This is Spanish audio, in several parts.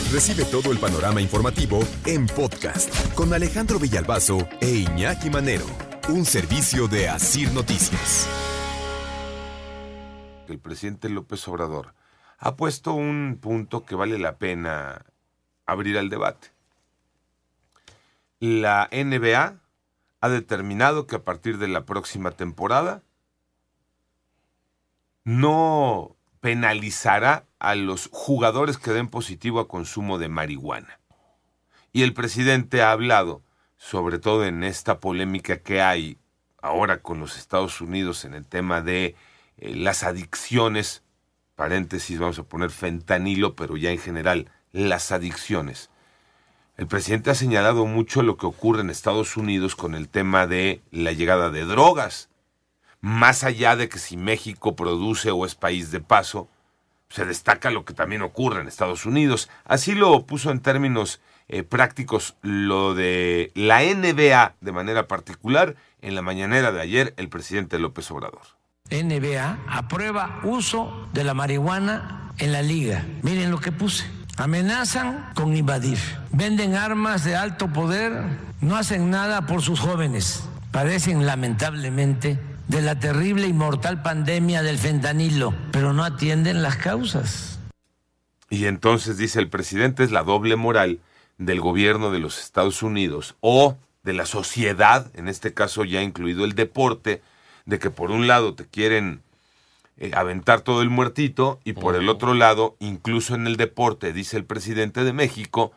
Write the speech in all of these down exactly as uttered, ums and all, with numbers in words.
Recibe todo el panorama informativo en podcast con Alejandro Villalbazo e Iñaki Manero, un servicio de Asir Noticias. El presidente López Obrador ha puesto un punto que vale la pena abrir al debate. La N B A ha determinado que a partir de la próxima temporada no penalizará a los jugadores que den positivo a consumo de marihuana. Y el presidente ha hablado, sobre todo en esta polémica que hay ahora con los Estados Unidos en el tema de eh, las adicciones, paréntesis, vamos a poner fentanilo, pero ya en general, las adicciones. El presidente ha señalado mucho lo que ocurre en Estados Unidos con el tema de la llegada de drogas. Más allá de que si México produce o es país de paso, se destaca lo que también ocurre en Estados Unidos. Así lo puso en términos eh, prácticos lo de la N B A de manera particular en la mañanera de ayer el presidente López Obrador. N B A aprueba uso de la marihuana en la liga. Miren lo que puse. Amenazan con invadir. Venden armas de alto poder. No hacen nada por sus jóvenes. Padecen lamentablemente de la terrible y mortal pandemia del fentanilo, pero no atienden las causas. Y entonces dice el presidente, es la doble moral del gobierno de los Estados Unidos o de la sociedad, en este caso ya incluido el deporte, de que por un lado te quieren eh, aventar todo el muertito y por el otro lado, incluso en el deporte, dice el presidente de México,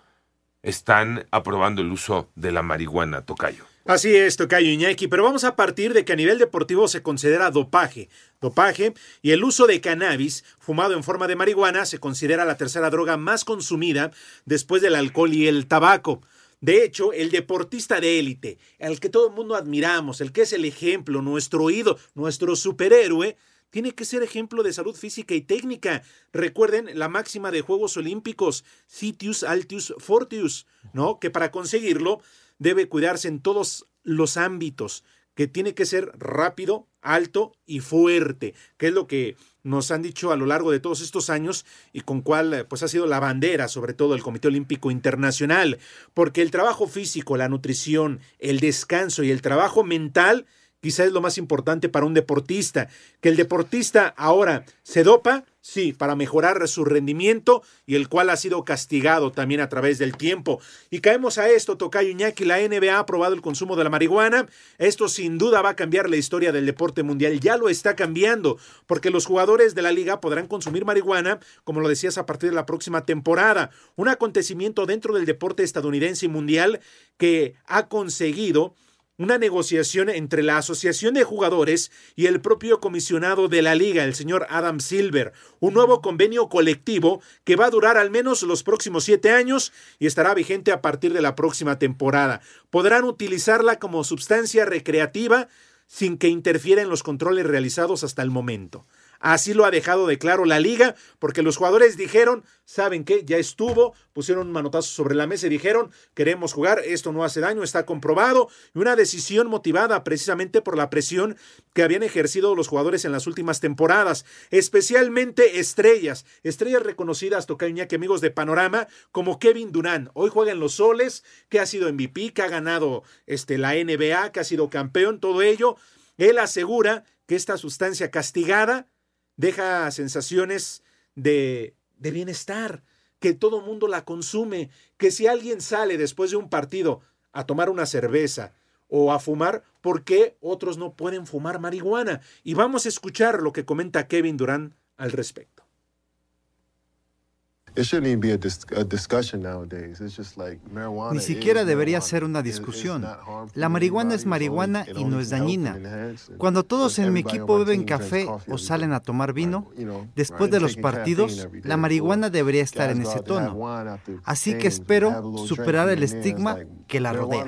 están aprobando el uso de la marihuana, tocayo. Así es, tocayo Iñaki, pero vamos a partir de que a nivel deportivo se considera dopaje. Dopaje y el uso de cannabis fumado en forma de marihuana se considera la tercera droga más consumida después del alcohol y el tabaco. De hecho, el deportista de élite, el que todo el mundo admiramos, el que es el ejemplo, nuestro ídolo, nuestro superhéroe, tiene que ser ejemplo de salud física y técnica. Recuerden la máxima de Juegos Olímpicos, Citius Altius Fortius, ¿no? Que para conseguirlo debe cuidarse en todos los ámbitos, que tiene que ser rápido, alto y fuerte, que es lo que nos han dicho a lo largo de todos estos años y con cual pues ha sido la bandera, sobre todo el Comité Olímpico Internacional, porque el trabajo físico, la nutrición, el descanso y el trabajo mental quizá es lo más importante para un deportista. Que el deportista ahora se dopa, sí, para mejorar su rendimiento y el cual ha sido castigado también a través del tiempo. Y caemos a esto, tocayo Iñaki, la N B A ha aprobado el consumo de la marihuana. Esto sin duda va a cambiar la historia del deporte mundial. Ya lo está cambiando, porque los jugadores de la liga podrán consumir marihuana, como lo decías, a partir de la próxima temporada. Un acontecimiento dentro del deporte estadounidense y mundial que ha conseguido una negociación entre la Asociación de Jugadores y el propio comisionado de la liga, el señor Adam Silver, un nuevo convenio colectivo que va a durar al menos los próximos siete años y estará vigente a partir de la próxima temporada. Podrán utilizarla como sustancia recreativa sin que interfiera en los controles realizados hasta el momento. Así lo ha dejado de claro la liga, porque los jugadores dijeron, ¿saben qué? Ya estuvo, pusieron un manotazo sobre la mesa y dijeron, queremos jugar, esto no hace daño, está comprobado, y una decisión motivada precisamente por la presión que habían ejercido los jugadores en las últimas temporadas, especialmente estrellas, estrellas reconocidas, tocayo Iñaki, amigos de Panorama, como Kevin Durant, hoy juega en los Soles, que ha sido M V P, que ha ganado este, la N B A, que ha sido campeón, todo ello. Él asegura que esta sustancia castigada deja sensaciones de, de bienestar, que todo mundo la consume, que si alguien sale después de un partido a tomar una cerveza o a fumar, ¿por qué otros no pueden fumar marihuana? Y vamos a escuchar lo que comenta Kevin Durant al respecto. Ni siquiera debería ser una discusión. La marihuana es marihuana y no es dañina. Cuando todos en mi equipo beben café o salen a tomar vino, después de los partidos, la marihuana debería estar en ese tono. Así que espero superar el estigma que la rodea.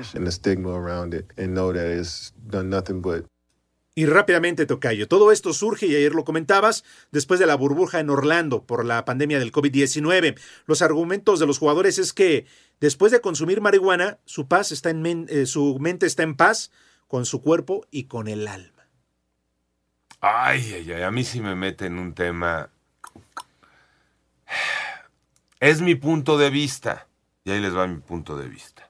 Y rápidamente, tocayo, todo esto surge, y ayer lo comentabas, después de la burbuja en Orlando por la pandemia del covid diecinueve. Los argumentos de los jugadores es que después de consumir marihuana, su paz está en men- eh, su mente está en paz con su cuerpo y con el alma. Ay, ay, ay, a mí sí me mete en un tema. Es mi punto de vista. Y ahí les va mi punto de vista.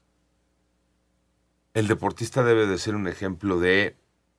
El deportista debe de ser un ejemplo de,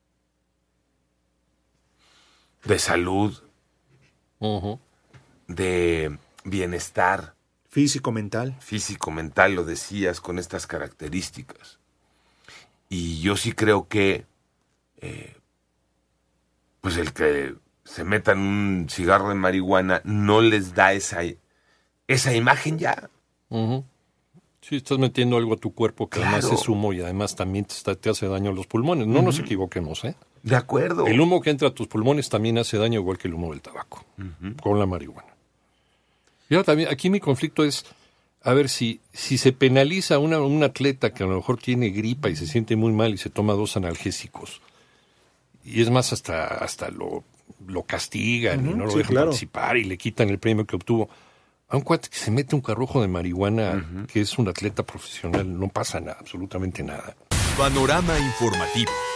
de salud, uh-huh. de bienestar. Físico-mental. Físico-mental, lo decías, con estas características. Y yo sí creo que eh, pues el que se metan un cigarro de marihuana no les da esa, esa imagen ya. Uh-huh. Sí, estás metiendo algo a tu cuerpo que claro. además es humo y además también te, te hace daño a los pulmones. No uh-huh. nos equivoquemos, ¿eh? De acuerdo. El humo que entra a tus pulmones también hace daño igual que el humo del tabaco, uh-huh. con la marihuana. Y ahora también, aquí mi conflicto es, a ver, si, si se penaliza a una, un atleta que a lo mejor tiene gripa y se siente muy mal y se toma dos analgésicos, y es más, hasta, hasta lo, lo castigan uh-huh. y no lo sí, dejan claro. participar y le quitan el premio que obtuvo. A un cuate que se mete un carrujo de marihuana, uh-huh. que es un atleta profesional, no pasa nada, absolutamente nada. Panorama informativo.